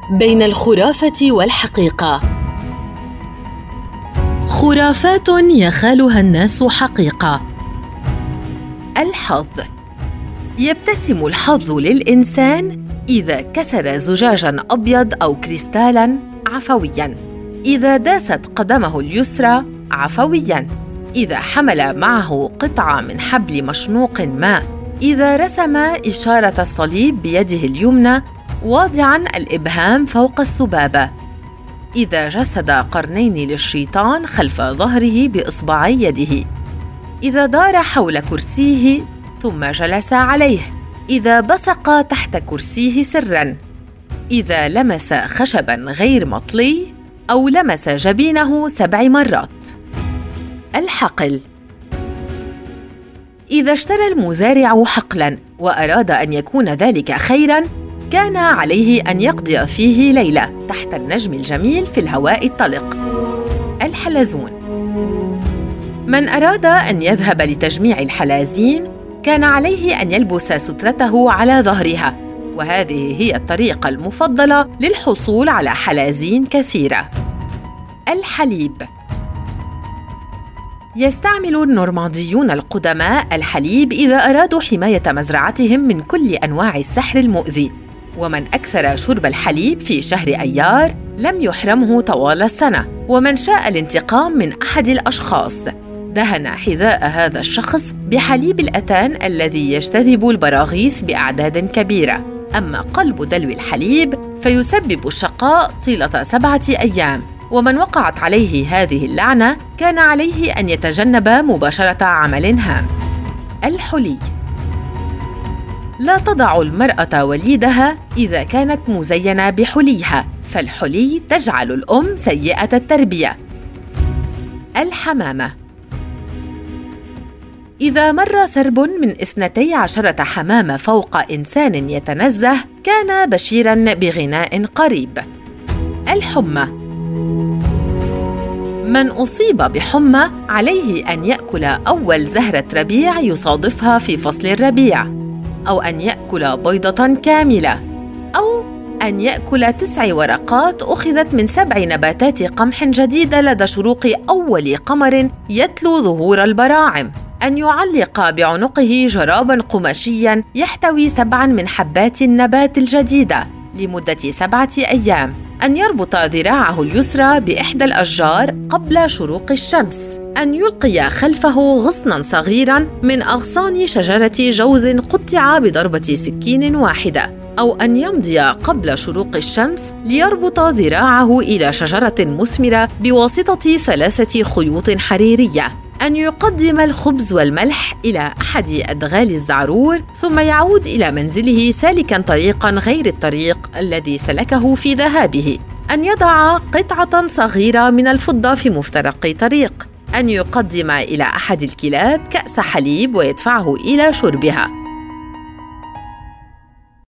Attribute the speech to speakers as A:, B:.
A: بين الخرافة والحقيقة. خرافات يخالها الناس حقيقة.
B: الحظ. يبتسم الحظ للإنسان إذا كسر زجاجاً أبيض أو كريستالاً عفوياً، إذا داست قدمه اليسرى عفوياً، إذا حمل معه قطعة من حبل مشنوق ما، إذا رسم إشارة الصليب بيده اليمنى واضعاً الإبهام فوق السبابة، إذا جسد قرنين للشيطان خلف ظهره بإصبعي يده، إذا دار حول كرسيه ثم جلس عليه، إذا بصق تحت كرسيه سراً، إذا لمس خشباً غير مطلي أو لمس جبينه 7 مرات. الحقل. إذا اشترى المزارع حقلاً وأراد أن يكون ذلك خيراً، كان عليه أن يقضي فيه ليلة تحت النجم الجميل في الهواء الطلق. الحلزون. من أراد أن يذهب لتجميع الحلازين، كان عليه أن يلبس سترته على ظهرها، وهذه هي الطريقة المفضلة للحصول على حلازين كثيرة. الحليب. يستعمل النورمانديون القدماء الحليب إذا أرادوا حماية مزرعتهم من كل أنواع السحر المؤذي، ومن أكثر شرب الحليب في شهر أيار لم يحرمه طوال السنة، ومن شاء الانتقام من أحد الأشخاص دهن حذاء هذا الشخص بحليب الأتان الذي يجتذب البراغيث بأعداد كبيرة. أما قلب دلو الحليب فيسبب الشقاء طيلة 7 أيام، ومن وقعت عليه هذه اللعنة كان عليه أن يتجنب مباشرة عمل هام. الحلي. لا تضع المرأة وليدها إذا كانت مزينة بحليها، فالحلي تجعل الأم سيئة التربية. الحمامة. إذا مر سرب من 12 حمامة فوق إنسان يتنزه، كان بشيراً بغناء قريب. الحمى. من أصيب بحمى عليه أن يأكل أول زهرة ربيع يصادفها في فصل الربيع، أو أن يأكل بيضة كاملة، أو أن يأكل 9 ورقات أخذت من 7 نباتات قمح جديدة لدى شروق أول قمر يتلو ظهور البراعم، أن يعلق بعنقه جراباً قماشياً يحتوي 7 من حبات النبات الجديدة لمدة 7 أيام، أن يربط ذراعه اليسرى بإحدى الأشجار قبل شروق الشمس، أن يلقي خلفه غصناً صغيراً من أغصان شجرة جوز قطع بضربة سكين واحدة، أو أن يمضي قبل شروق الشمس ليربط ذراعه إلى شجرة مثمرة بواسطة 3 خيوط حريرية، أن يقدم الخبز والملح إلى أحد أدغال الزعرور ثم يعود إلى منزله سالكاً طريقاً غير الطريق الذي سلكه في ذهابه، أن يضع قطعة صغيرة من الفضة في مفترق طريق، أن يقدم إلى أحد الكلاب كأس حليب ويدفعه إلى شربها.